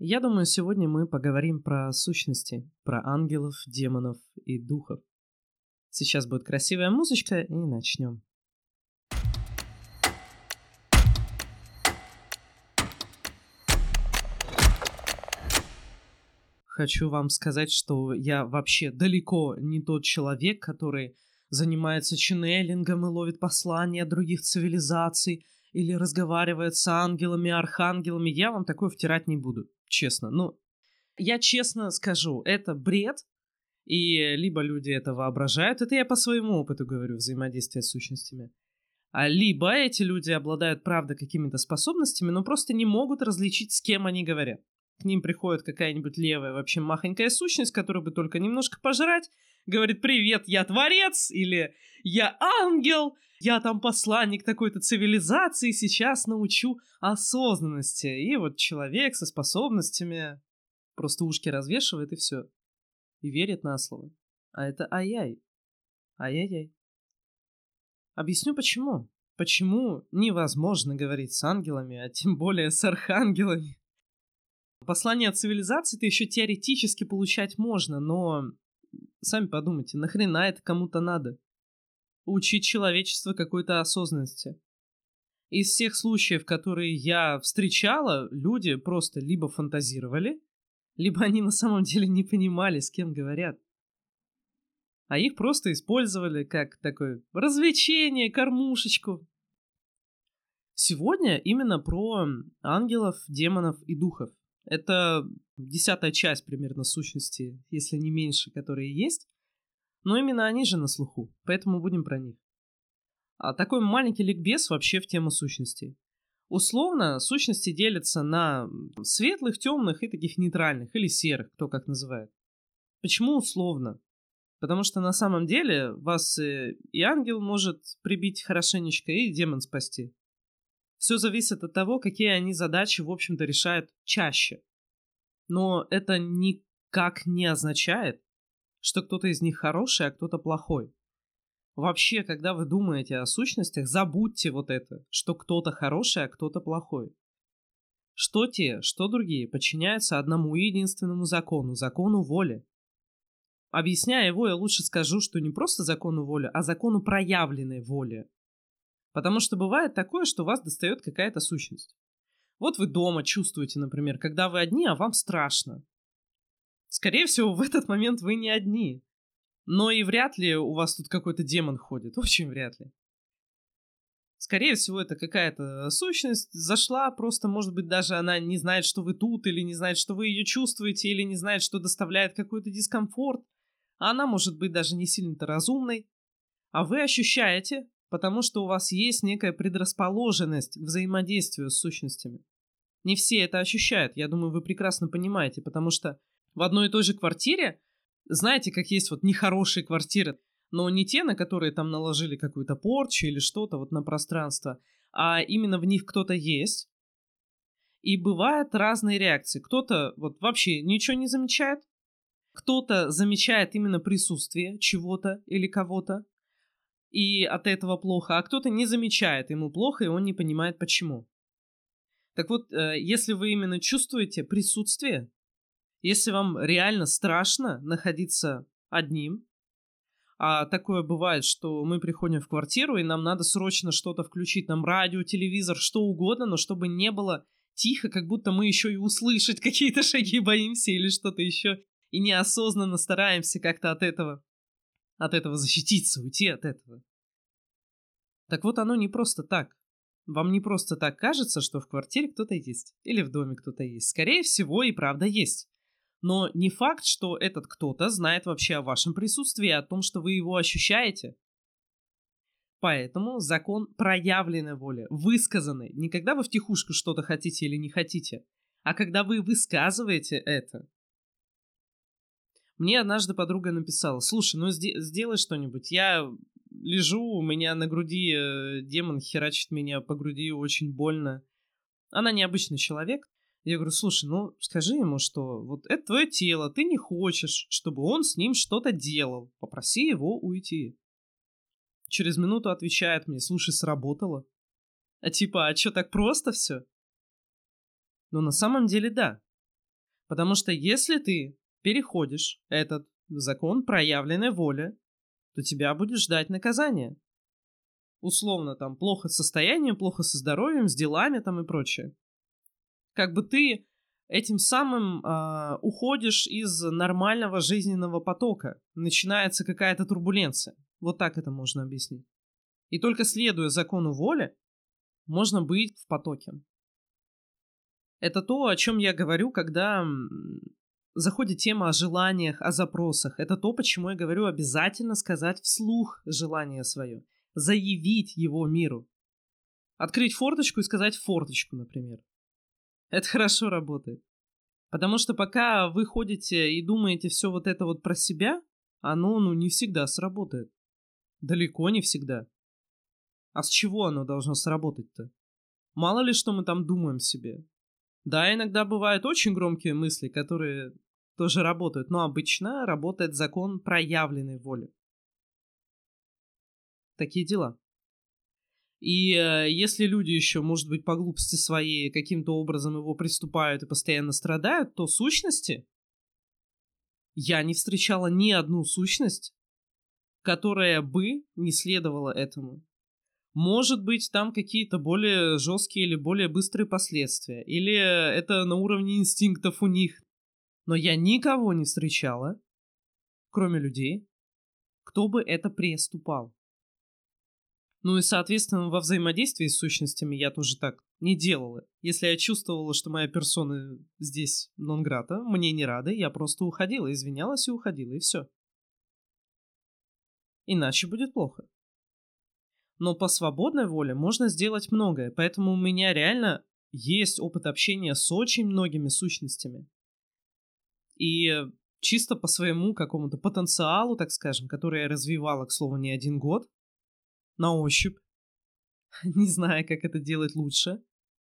Я думаю, сегодня мы поговорим про сущности, про ангелов, демонов и духов. Сейчас будет красивая музычка, и начнем. Хочу вам сказать, что я вообще далеко не тот человек, который занимается ченнелингом и ловит послания других цивилизаций или разговаривает с ангелами, архангелами. Я вам такое втирать не буду, честно. Ну, я честно скажу, это бред, и либо люди это воображают, это я по своему опыту говорю, взаимодействия с сущностями, либо эти люди обладают, правда, какими-то способностями, но просто не могут различить, с кем они говорят. К ним приходит какая-нибудь левая вообще махонькая сущность, которую бы только немножко пожрать, говорит: «Привет, я творец», или «Я ангел, я там посланник такой-то цивилизации, сейчас научу осознанности». И вот человек со способностями просто ушки развешивает и все. И верит на слово. А это ай-яй. Ай-яй-яй. Объясню почему. Почему невозможно говорить с ангелами, а тем более с архангелами. Послание от цивилизации-то еще теоретически получать можно, но сами подумайте, нахрена это кому-то надо? Учить человечество какой-то осознанности. Из всех случаев, которые я встречала, люди просто либо фантазировали, либо они на самом деле не понимали, с кем говорят. А их просто использовали как такое развлечение, кормушечку. Сегодня именно про ангелов, демонов и духов. Это 10-я часть примерно сущности, если не меньше, которые есть. Но именно они же на слуху, поэтому будем про них. А такой маленький ликбез вообще в тему сущностей. Условно, сущности делятся на светлых, темных и таких нейтральных, или серых, кто как называет. Почему условно? Потому что на самом деле вас и ангел может прибить хорошенечко, и демон спасти. Все зависит от того, какие они задачи, в общем-то, решают чаще. Но это никак не означает, что кто-то из них хороший, а кто-то плохой. Вообще, когда вы думаете о сущностях, забудьте вот это, что кто-то хороший, а кто-то плохой. Что те, что другие подчиняются одному единственному закону, закону воли. Объясняя его, я лучше скажу, что не просто закону воли, а закону проявленной воли. Потому что бывает такое, что вас достает какая-то сущность. Вот вы дома чувствуете, например, когда вы одни, а вам страшно. Скорее всего, в этот момент вы не одни. Но и вряд ли у вас тут какой-то демон ходит. Очень вряд ли. Скорее всего, это какая-то сущность зашла, просто, может быть, даже она не знает, что вы тут, или не знает, что вы ее чувствуете, или не знает, что доставляет какой-то дискомфорт. А она может быть даже не сильно-то разумной. А вы ощущаете, потому что у вас есть некая предрасположенность к взаимодействию с сущностями. Не все это ощущают, я думаю, вы прекрасно понимаете, потому что в одной и той же квартире, знаете, как есть вот нехорошие квартиры, но не те, на которые там наложили какую-то порчу или что-то вот на пространство, а именно в них кто-то есть. И бывают разные реакции. Кто-то вот вообще ничего не замечает, кто-то замечает именно присутствие чего-то или кого-то, и от этого плохо, а кто-то не замечает, ему плохо, и он не понимает почему. Так вот, если вы именно чувствуете присутствие, если вам реально страшно находиться одним, а такое бывает, что мы приходим в квартиру, и нам надо срочно что-то включить, нам радио, телевизор, что угодно, но чтобы не было тихо, как будто мы еще и услышать какие-то шаги боимся или что-то еще, и неосознанно стараемся как-то от этого защититься, уйти от этого. Так вот, оно не просто так. Вам не просто так кажется, что в квартире кто-то есть, или в доме кто-то есть. Скорее всего, и правда есть. Но не факт, что этот кто-то знает вообще о вашем присутствии, о том, что вы его ощущаете. Поэтому закон проявленной воли, высказанной, не когда вы втихушку что-то хотите или не хотите, а когда вы высказываете это. Мне однажды подруга написала: слушай, ну сделай что-нибудь, я лежу, у меня на груди демон херачит меня по груди, очень больно. Она необычный человек. Я говорю: слушай, ну скажи ему, что вот это твое тело, ты не хочешь, чтобы он с ним что-то делал. Попроси его уйти. Через минуту отвечает мне: слушай, сработало. А что, так просто все? Но на самом деле да. Потому что если ты переходишь этот закон проявленной воли, то тебя будет ждать наказание. Условно, там, плохо с состоянием, плохо со здоровьем, с делами там и прочее. Как бы ты этим самым уходишь из нормального жизненного потока. Начинается какая-то турбуленция. Вот так это можно объяснить. И только следуя закону воли, можно быть в потоке. Это то, о чем я говорю, когда заходит тема о желаниях, о запросах. Это то, почему я говорю обязательно сказать вслух желание свое. Заявить его миру. Открыть форточку и сказать форточку, например. Это хорошо работает. Потому что пока вы ходите и думаете все вот это вот про себя, оно, не всегда сработает. Далеко не всегда. А с чего оно должно сработать-то? Мало ли, что мы там думаем себе. Да, иногда бывают очень громкие мысли, которые тоже работают, но обычно работает закон проявленной воли. Такие дела. И если люди еще, может быть, по глупости своей каким-то образом его приступают и постоянно страдают, то сущности я не встречала ни одну сущность, которая бы не следовала этому. Может быть, там какие-то более жесткие или более быстрые последствия, или это на уровне инстинктов у них. Но я никого не встречала, кроме людей, кто бы это приступал. Ну и, соответственно, во взаимодействии с сущностями я тоже так не делала. Если я чувствовала, что моя персона здесь нон-грата, мне не рада, я просто уходила, извинялась и уходила, и все. Иначе будет плохо. Но по свободной воле можно сделать многое, поэтому у меня реально есть опыт общения с очень многими сущностями. И чисто по своему какому-то потенциалу, так скажем, который я развивала, к слову, не 1 год, на ощупь, не знаю, как это делать лучше,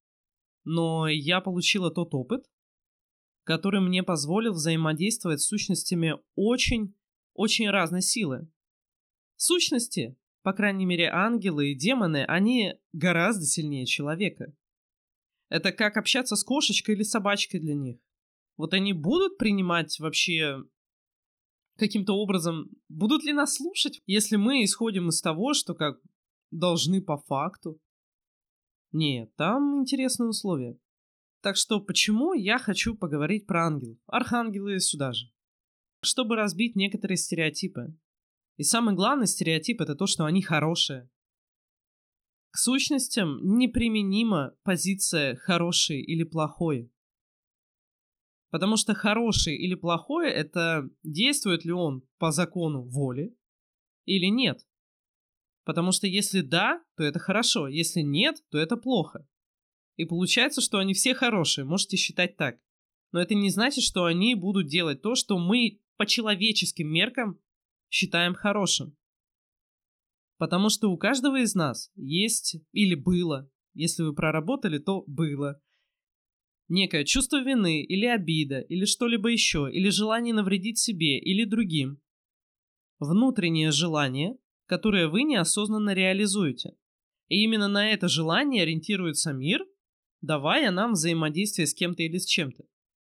но я получила тот опыт, который мне позволил взаимодействовать с сущностями очень разной силы. Сущности, по крайней мере ангелы и демоны, они гораздо сильнее человека. Это как общаться с кошечкой или собачкой для них. Вот они будут принимать вообще каким-то образом, будут ли нас слушать, если мы исходим из того, что как должны по факту? Нет, там интересные условия. Так что почему я хочу поговорить про ангелов? Архангелы сюда же. Чтобы разбить некоторые стереотипы. И самый главный стереотип — это то, что они хорошие. К сущностям неприменима позиция «хороший» или «плохой». Потому что хороший или плохой — это действует ли он по закону воли или нет. Потому что если да, то это хорошо, если нет, то это плохо. И получается, что они все хорошие, можете считать так. Но это не значит, что они будут делать то, что мы по человеческим меркам считаем хорошим. Потому что у каждого из нас есть или было, если вы проработали, то было, некое чувство вины или обида, или что-либо еще, или желание навредить себе или другим. Внутреннее желание, которое вы неосознанно реализуете. И именно на это желание ориентируется мир, давая нам взаимодействие с кем-то или с чем-то.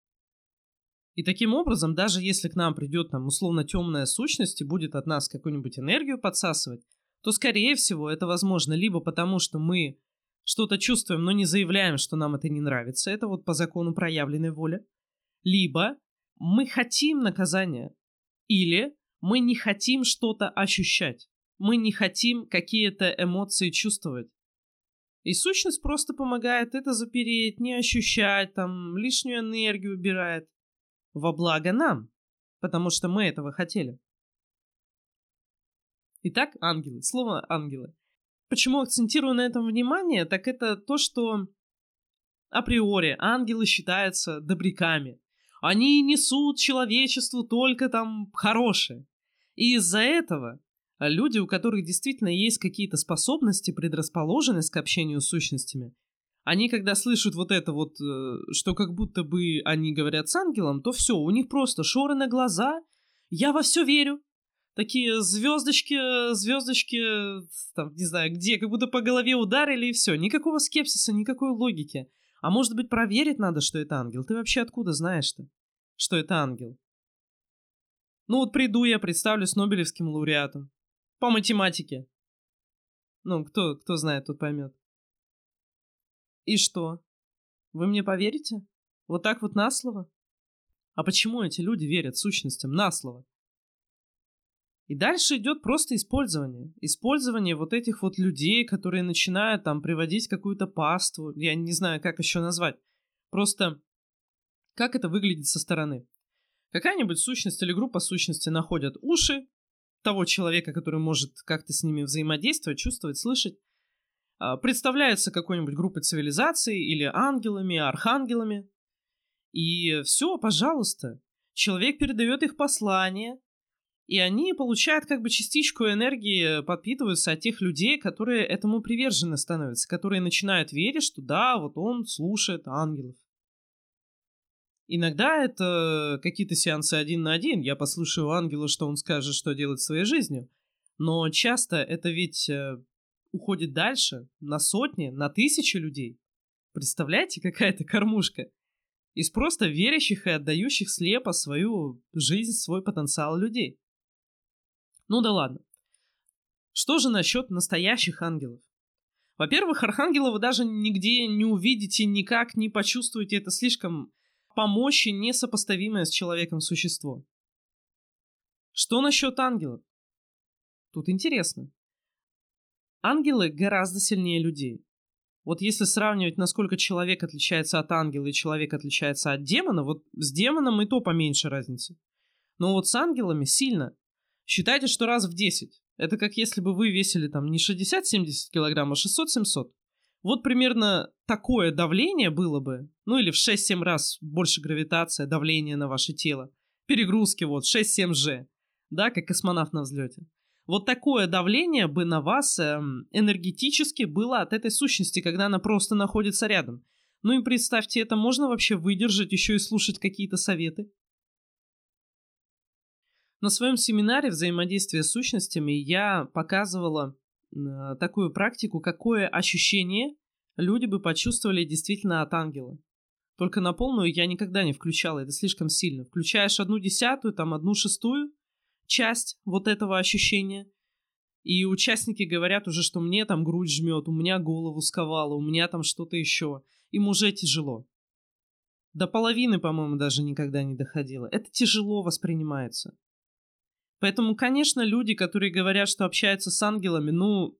И таким образом, даже если к нам придет там условно темная сущность и будет от нас какую-нибудь энергию подсасывать, то скорее всего это возможно либо потому, что мы что-то чувствуем, но не заявляем, что нам это не нравится, это вот по закону проявленной воли, либо мы хотим наказания, или мы не хотим что-то ощущать, мы не хотим какие-то эмоции чувствовать. И сущность просто помогает это запереть, не ощущать, там, лишнюю энергию убирает. Во благо нам, потому что мы этого хотели. Итак, ангелы. Слово ангелы. Почему акцентирую на этом внимание, так это то, что априори ангелы считаются добряками. Они несут человечеству только там хорошее. И из-за этого люди, у которых действительно есть какие-то способности, предрасположенность к общению с сущностями, они, когда слышат вот это вот, что как будто бы они говорят с ангелом, то все, у них просто шоры на глаза, я во все верю. Такие звездочки, там, не знаю где, как будто по голове ударили и все. Никакого скепсиса, никакой логики. А может быть, проверить надо, что это ангел? Ты вообще откуда знаешь-то? что это ангел. Ну вот приду я, представлюсь Нобелевским лауреатом. По математике. Ну, кто знает, тот поймет. И что? Вы мне поверите? Вот так вот на слово? А почему эти люди верят сущностям на слово? И дальше идет просто использование. Использование вот этих вот людей, которые начинают там приводить какую-то паству. Я не знаю, как еще назвать. Просто как это выглядит со стороны. Какая-нибудь сущность или группа сущностей находят уши того человека, который может как-то с ними взаимодействовать, чувствовать, слышать. Представляется какой-нибудь группой цивилизаций или ангелами, архангелами. И все, пожалуйста. Человек передает их послание, и они получают как бы частичку энергии, подпитываются от тех людей, которые этому привержены становятся, которые начинают верить, что да, вот он слушает ангелов. Иногда это какие-то сеансы 1 на 1, я послушаю ангела, что он скажет, что делать в своей жизни. Но часто это ведь уходит дальше, на сотни, на тысячи людей. Представляете, какая-то кормушка? Из просто верящих и отдающих слепо свою жизнь, свой потенциал людей. Ну да ладно. Что же насчет настоящих ангелов? Во-первых, архангела вы даже нигде не увидите, никак не почувствуете. Это слишком по мощи несопоставимое с человеком существо. Что насчет ангелов? Тут интересно. Ангелы гораздо сильнее людей. Вот если сравнивать, насколько человек отличается от ангела и человек отличается от демона, вот с демоном и то поменьше разницы. Но вот с ангелами сильно. Считайте, что раз в 10. Это как если бы вы весили там не 60-70 килограмм, а 600-700. Вот примерно такое давление было бы, ну или в 6-7 раз больше гравитация, давление на ваше тело. Перегрузки вот 6-7G, да, как космонавт на взлете. Вот такое давление бы на вас энергетически было от этой сущности, когда она просто находится рядом. Ну и представьте, это можно вообще выдержать, еще и слушать какие-то советы? На своем семинаре взаимодействия с сущностями я показывала такую практику, какое ощущение люди бы почувствовали действительно от ангела. Только на полную я никогда не включала, это слишком сильно. Включаешь 1/10, там 1/6 часть вот этого ощущения, и участники говорят уже, что мне там грудь жмет, у меня голову сковало, у меня там что-то еще. Им уже тяжело. До половины, по-моему, даже никогда не доходило. Это тяжело воспринимается. Поэтому, конечно, люди, которые говорят, что общаются с ангелами, ну,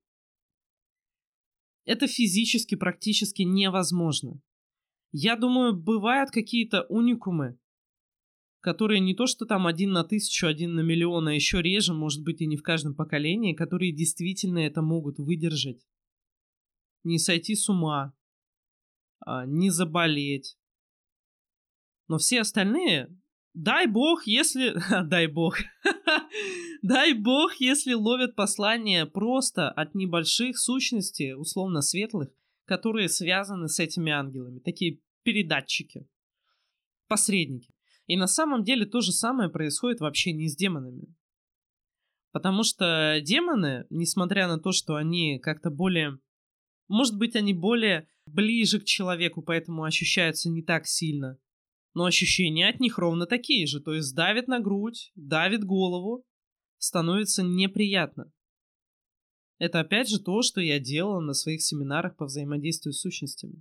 это физически практически невозможно. Я думаю, бывают какие-то уникумы, которые не то что там 1 на 1000, 1 на 1 000 000, а еще реже, может быть, и не в каждом поколении, которые действительно это могут выдержать. Не сойти с ума, не заболеть. Но все остальные, дай бог, если... дай бог. Дай бог, если ловят послание просто от небольших сущностей, условно светлых, которые связаны с этими ангелами. Такие передатчики, посредники. И на самом деле то же самое происходит вообще не с демонами. Потому что демоны, несмотря на то, что они как-то более... Может быть, они более ближе к человеку, поэтому ощущаются не так сильно. Но ощущения от них ровно такие же. То есть давит на грудь, давит голову, становится неприятно. Это опять же то, что я делала на своих семинарах по взаимодействию с сущностями.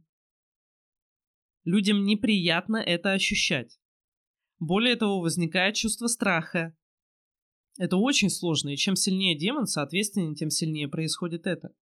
Людям неприятно это ощущать. Более того, возникает чувство страха. Это очень сложно, и чем сильнее демон, соответственно, тем сильнее происходит это.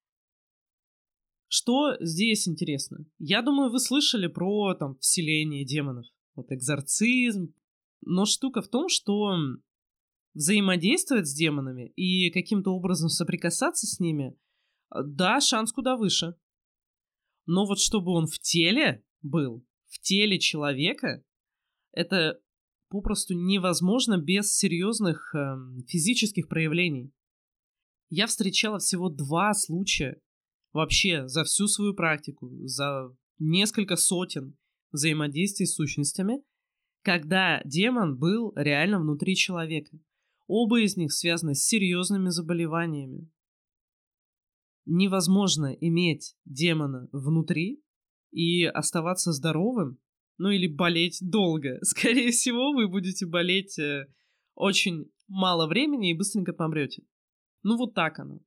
Что здесь интересно? Я думаю, вы слышали про там вселение демонов, вот экзорцизм. Но штука в том, что взаимодействовать с демонами и каким-то образом соприкасаться с ними, да, шанс куда выше. Но вот чтобы он в теле был, в теле человека, это попросту невозможно без серьезных физических проявлений. Я встречала всего 2 случая вообще за всю свою практику, за несколько сотен взаимодействий с сущностями, когда демон был реально внутри человека. Оба из них связаны с серьезными заболеваниями. Невозможно иметь демона внутри и оставаться здоровым, Ну или болеть долго. Скорее всего, вы будете болеть очень мало времени и быстренько помрете. Ну вот так оно.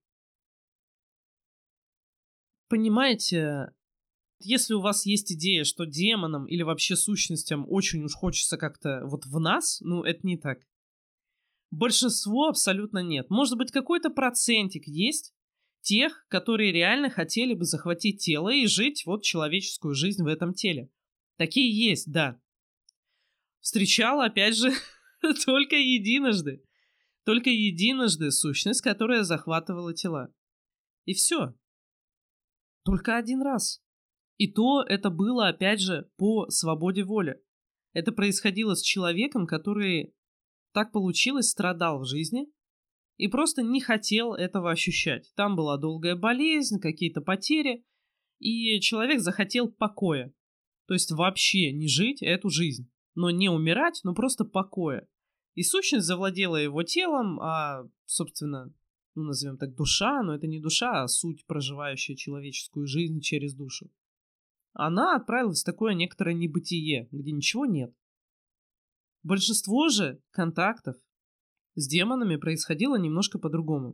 Понимаете, если у вас есть идея, что демонам или вообще сущностям очень уж хочется как-то вот в нас, ну это не так. Большинство абсолютно нет. Может быть, какой-то процентик есть тех, которые реально хотели бы захватить тело и жить вот человеческую жизнь в этом теле. Такие есть, да. Встречала, опять же, только единожды. Только единожды сущность, которая захватывала тела. И все. Только один раз. И то это было, опять же, по свободе воли. Это происходило с человеком, который, так получилось, страдал в жизни и просто не хотел этого ощущать. Там была долгая болезнь, какие-то потери, и человек захотел покоя. То есть вообще не жить эту жизнь, но не умирать, но просто покоя. И сущность завладела его телом, а, собственно, ну, назовем так, душа, но это не душа, а суть, проживающая человеческую жизнь через душу. Она отправилась в такое некоторое небытие, где ничего нет. Большинство же контактов с демонами происходило немножко по-другому.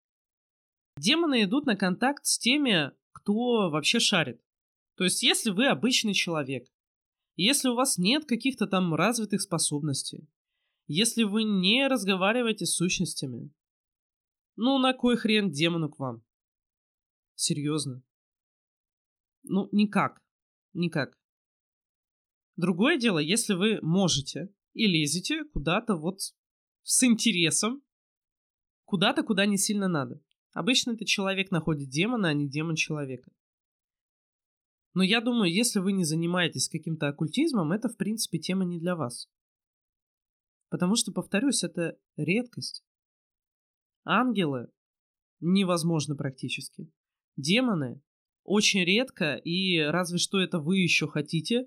Демоны идут на контакт с теми, кто вообще шарит. То есть, если вы обычный человек, если у вас нет каких-то там развитых способностей, если вы не разговариваете с сущностями, ну на кой хрен демону к вам? Серьезно. Ну, никак. Никак. Другое дело, если вы можете и лезете куда-то вот с интересом, куда-то, куда не сильно надо. Обычно это человек находит демона, а не демон человека. Но я думаю, если вы не занимаетесь каким-то оккультизмом, это, в принципе, тема не для вас. Потому что, повторюсь, это редкость. Ангелы невозможно практически. Демоны очень редко, и разве что это вы еще хотите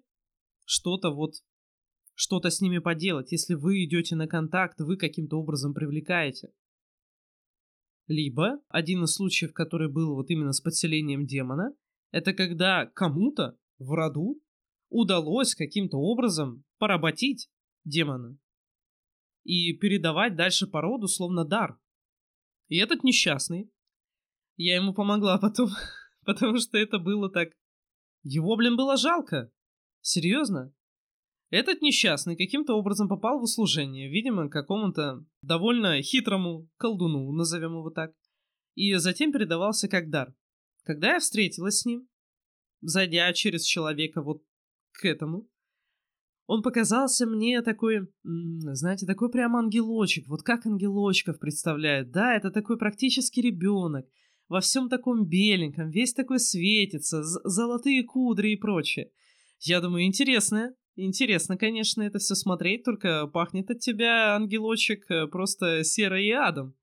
что-то с ними поделать. Если вы идете на контакт, вы каким-то образом привлекаете. Либо один из случаев, который был вот именно с подселением демона, это когда кому-то в роду удалось каким-то образом поработить демона и передавать дальше по роду словно дар. И этот несчастный, я ему помогла потом, потому что это было так... Его, было жалко. Серьезно. Этот несчастный каким-то образом попал в услужение, видимо, какому-то довольно хитрому колдуну, назовем его так, и затем передавался как дар. Когда я встретилась с ним, зайдя через человека вот к этому, он показался мне такой, знаете, такой прям ангелочек, вот как ангелочков представляют. Да, это такой практически ребенок, во всем таком беленьком, весь такой светится, золотые кудри и прочее. Я думаю, интересно, конечно, это все смотреть, только пахнет от тебя, ангелочек, просто серой и адом.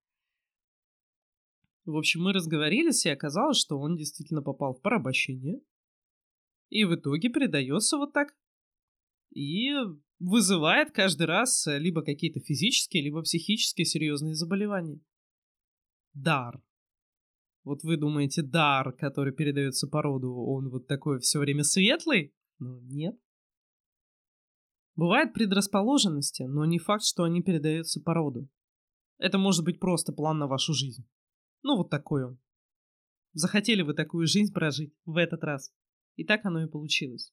В общем, мы разговорились, и оказалось, что он действительно попал в порабощение. И в итоге передается вот так. И вызывает каждый раз либо какие-то физические, либо психические серьезные заболевания. Дар. Вот вы думаете, дар, который передается по роду, он вот такой все время светлый? Ну, нет. Бывают предрасположенности, но не факт, что они передаются по роду. Это может быть просто план на вашу жизнь. Ну, вот такой он. Захотели вы такую жизнь прожить в этот раз. И так оно и получилось.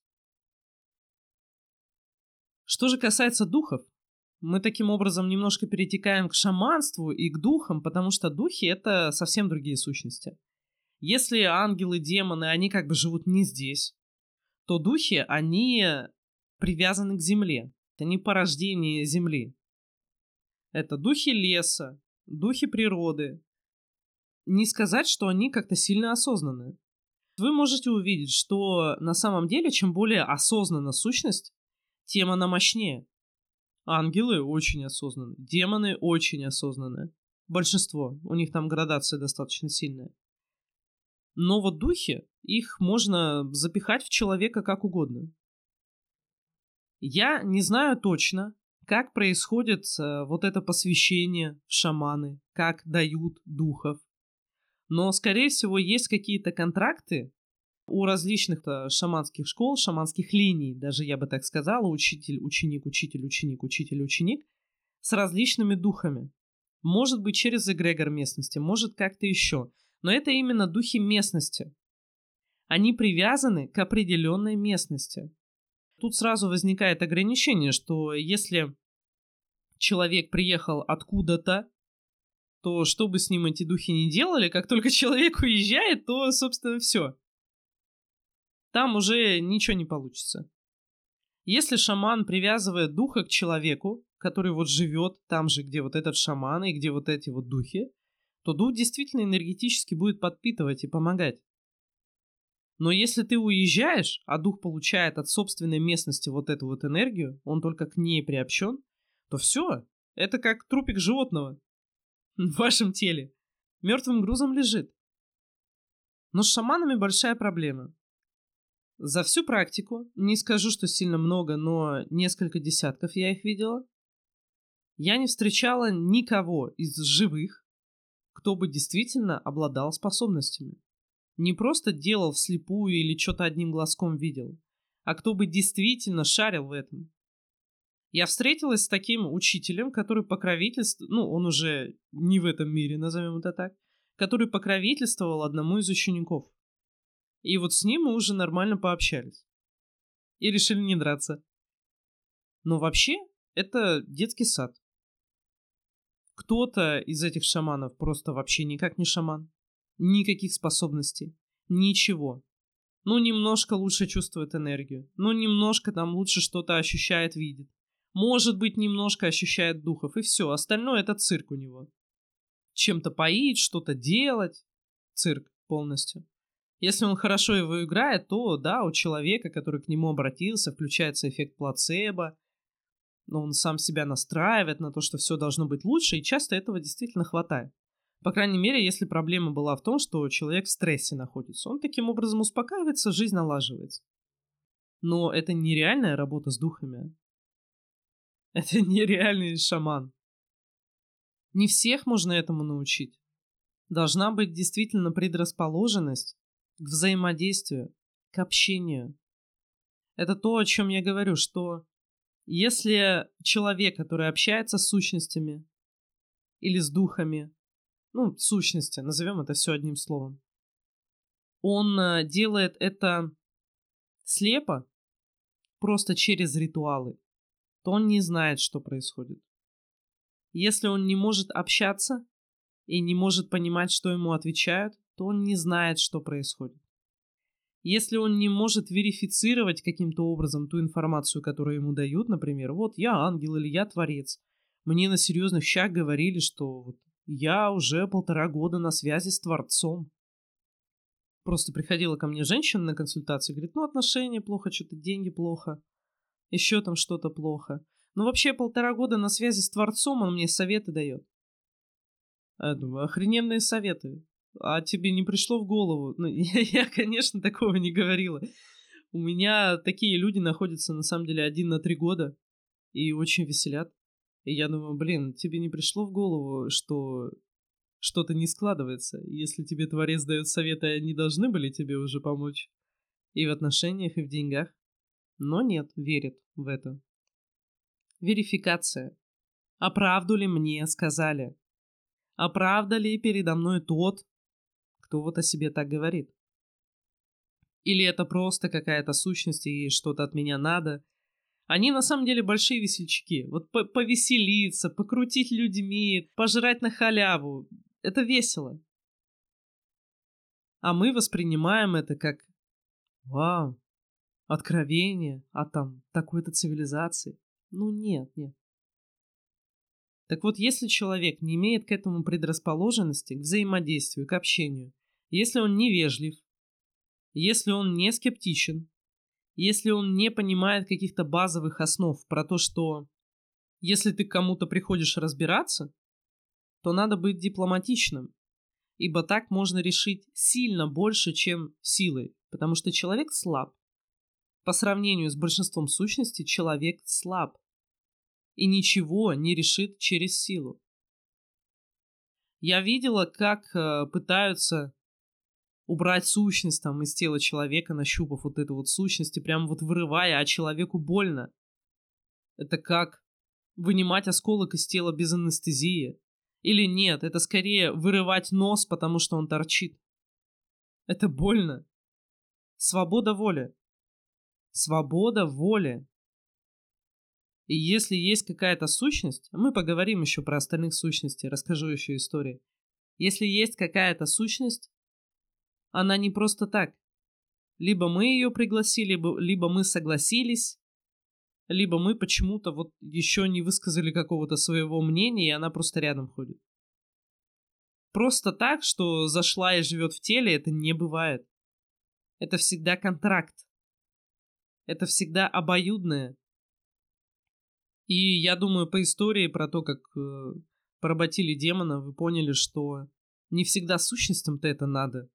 Что же касается духов, мы таким образом немножко перетекаем к шаманству и к духам, потому что духи — это совсем другие сущности. Если ангелы, демоны, они как бы живут не здесь, то духи, они привязаны к земле. Они порождение земли. Это духи леса, духи природы. Не сказать, что они как-то сильно осознанные. Вы можете увидеть, что на самом деле, чем более осознанна сущность, тем она мощнее. Ангелы очень осознанны, демоны очень осознанны. Большинство, у них там градация достаточно сильная. Но вот духи, их можно запихать в человека как угодно. Я не знаю точно, как происходит вот это посвящение в шаманы, как дают духов. Но, скорее всего, есть какие-то контракты, У различных шаманских школ, шаманских линий, даже я бы так сказала, учитель, ученик, учитель, ученик, учитель, ученик, с различными духами. Может быть, через эгрегор местности, может как-то еще. Но это именно духи местности. Они привязаны к определенной местности. Тут сразу возникает ограничение, что если человек приехал откуда-то, то что бы с ним эти духи ни делали, как только человек уезжает, то, собственно, все. Там уже ничего не получится. Если шаман привязывает духа к человеку, который вот живет там же, где вот этот шаман и где вот эти вот духи, то дух действительно энергетически будет подпитывать и помогать. Но если ты уезжаешь, а дух получает от собственной местности вот эту вот энергию, он только к ней приобщен, то все, это как трупик животного в вашем теле. Мертвым грузом лежит. Но с шаманами большая проблема. За всю практику, не скажу, что сильно много, но несколько десятков я их видела, я не встречала никого из живых, кто бы действительно обладал способностями. Не просто делал вслепую или что-то одним глазком видел, а кто бы действительно шарил в этом. Я встретилась с таким учителем, который покровительствовал, он уже не в этом мире, назовем это так, который покровительствовал одному из учеников. И вот с ним мы уже нормально пообщались. И решили не драться. Но вообще, это детский сад. Кто-то из этих шаманов просто вообще никак не шаман. Никаких способностей. Ничего. Немножко лучше чувствует энергию. Немножко там лучше что-то ощущает, видит. Может быть, немножко ощущает духов. И все. Остальное это цирк у него. Чем-то поить, что-то делать. Цирк полностью. Если он хорошо его играет, то да, у человека, который к нему обратился, включается эффект плацебо. Он сам себя настраивает на то, что все должно быть лучше, и часто этого действительно хватает. По крайней мере, если проблема была в том, что человек в стрессе находится. Он таким образом успокаивается, жизнь налаживается. Но это нереальная работа с духами. Это нереальный шаман. Не всех можно этому научить. Должна быть действительно предрасположенность к взаимодействию, к общению. Это то, о чем я говорю, что если человек, который общается с сущностями или с духами, сущности, назовем это все одним словом, он делает это слепо, просто через ритуалы, то он не знает, что происходит. Если он не может общаться и не может понимать, что ему отвечают, то он не знает, что происходит. Если он не может верифицировать каким-то образом ту информацию, которую ему дают, например, вот я ангел или я творец, мне на серьезных щах говорили, что вот я уже 1,5 года на связи с Творцом. Просто приходила ко мне женщина на консультацию, говорит, отношения плохо, что-то деньги плохо, еще там что-то плохо. Вообще 1,5 года на связи с Творцом, он мне советы дает. Я думаю, охрененные советы. А тебе не пришло в голову? Я, конечно, такого не говорила. У меня такие люди находятся, на самом деле, 1 на 3 года и очень веселят. И я думаю, тебе не пришло в голову, что что-то не складывается? Если тебе Творец дает советы, они должны были тебе уже помочь. И в отношениях, и в деньгах. Но нет, верят в это. Верификация. А правду ли мне сказали? А правда ли передо мной тот, кто вот о себе так говорит? Или это просто какая-то сущность и что-то от меня надо? Они на самом деле большие весельчаки. Вот повеселиться, покрутить людьми, пожрать на халяву. Это весело. А мы воспринимаем это как вау, откровение от такой-то цивилизации. Нет. Так вот, если человек не имеет к этому предрасположенности, к взаимодействию, к общению, если он невежлив, если он не скептичен, если он не понимает каких-то базовых основ про то, что если ты к кому-то приходишь разбираться, то надо быть дипломатичным, ибо так можно решить сильно больше, чем силой, потому что человек слаб. По сравнению с большинством сущностей человек слаб и ничего не решит через силу. Я видела, как пытаются убрать сущность там из тела человека, нащупав вот эту вот сущность и прям вот вырывая, а человеку больно. Это как вынимать осколок из тела без анестезии. Или нет, это скорее вырывать нос, потому что он торчит. Это больно. Свобода воли. Свобода воли. И если есть какая-то сущность, мы поговорим еще про остальных сущностей, расскажу еще истории. Если есть какая-то сущность, она не просто так. Либо мы ее пригласили, либо мы согласились, либо мы почему-то вот еще не высказали какого-то своего мнения, и она просто рядом ходит. Просто так, что зашла и живет в теле, это не бывает. Это всегда контракт. Это всегда обоюдное. И я думаю, по истории про то, как поработили демона, вы поняли, что не всегда сущностям-то это надо.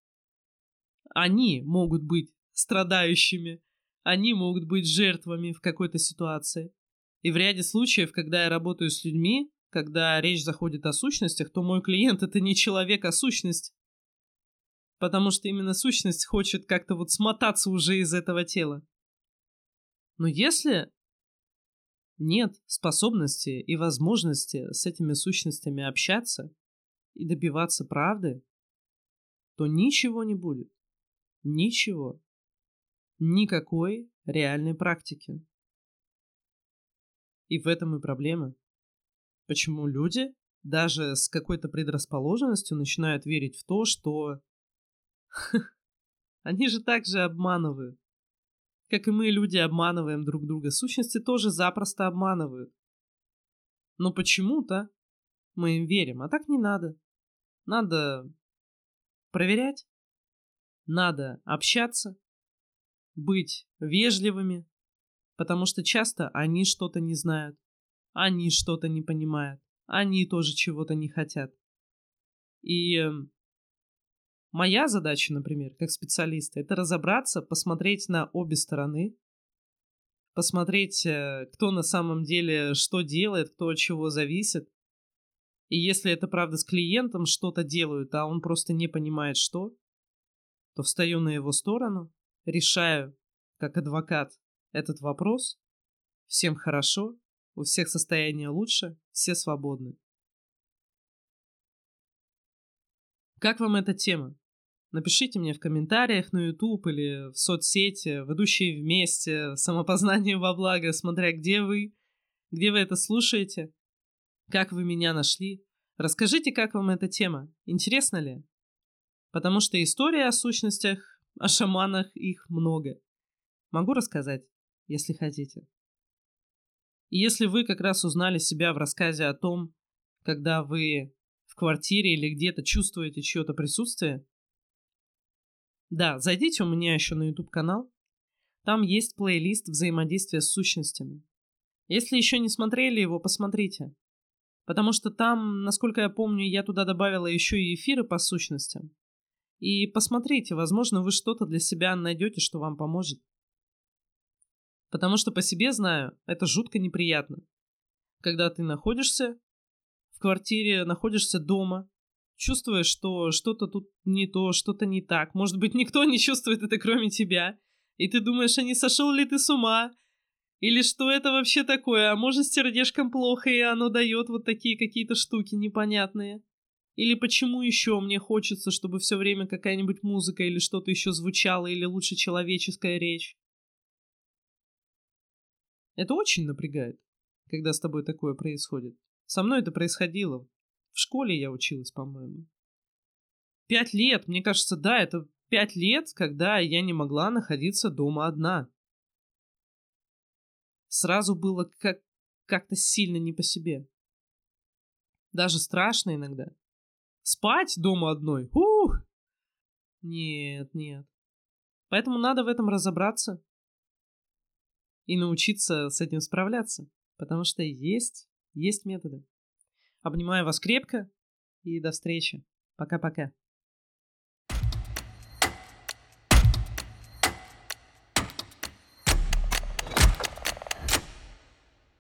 Они могут быть страдающими, они могут быть жертвами в какой-то ситуации. И в ряде случаев, когда я работаю с людьми, когда речь заходит о сущностях, то мой клиент это не человек, а сущность. Потому что именно сущность хочет как-то вот смотаться уже из этого тела. Но если нет способности и возможности с этими сущностями общаться и добиваться правды, то ничего не будет. Ничего. Никакой реальной практики. И в этом и проблема. Почему люди даже с какой-то предрасположенностью начинают верить в то, что они же так же обманывают. Как и мы, люди, обманываем друг друга. Сущности тоже запросто обманывают. Но почему-то мы им верим, а так не надо. Надо проверять, надо общаться, быть вежливыми, потому что часто они что-то не знают, они что-то не понимают, они тоже чего-то не хотят. И моя задача, например, как специалиста, это разобраться, посмотреть на обе стороны, посмотреть, кто на самом деле что делает, кто от чего зависит. И если это правда с клиентом что-то делают, а он просто не понимает что, то встаю на его сторону, решаю как адвокат этот вопрос, всем хорошо, у всех состояние лучше, все свободны. Как вам эта тема? Напишите мне в комментариях на YouTube или в соцсети, в «Идущие вместе», «Самопознание во благо», смотря где вы это слушаете, как вы меня нашли. Расскажите, как вам эта тема, интересно ли? Потому что истории о сущностях, о шаманах, их много. Могу рассказать, если хотите. И если вы как раз узнали себя в рассказе о том, когда вы в квартире или где-то чувствуете чье-то присутствие, да, зайдите у меня еще на YouTube-канал. Там есть плейлист взаимодействия с сущностями. Если еще не смотрели его, посмотрите. Потому что там, насколько я помню, я туда добавила еще и эфиры по сущностям. И посмотрите, возможно, вы что-то для себя найдете, что вам поможет. Потому что по себе знаю, это жутко неприятно. Когда ты находишься в квартире, находишься дома, чувствуешь, что что-то тут не то, что-то не так. Может быть, никто не чувствует это, кроме тебя. И ты думаешь, а не сошел ли ты с ума? Или что это вообще такое? А может, с сердечком плохо, и оно дает вот такие какие-то штуки непонятные? Или почему еще мне хочется, чтобы все время какая-нибудь музыка или что-то еще звучало, или лучше человеческая речь? Это очень напрягает, когда с тобой такое происходит. Со мной это происходило. В школе я училась, по-моему. 5 лет, мне кажется, да, это 5 лет, когда я не могла находиться дома одна. Сразу было как-то сильно не по себе. Даже страшно иногда. Спать дома одной? Ух! Нет, нет. Поэтому надо в этом разобраться и научиться с этим справляться. Потому что есть методы. Обнимаю вас крепко и до встречи. Пока-пока.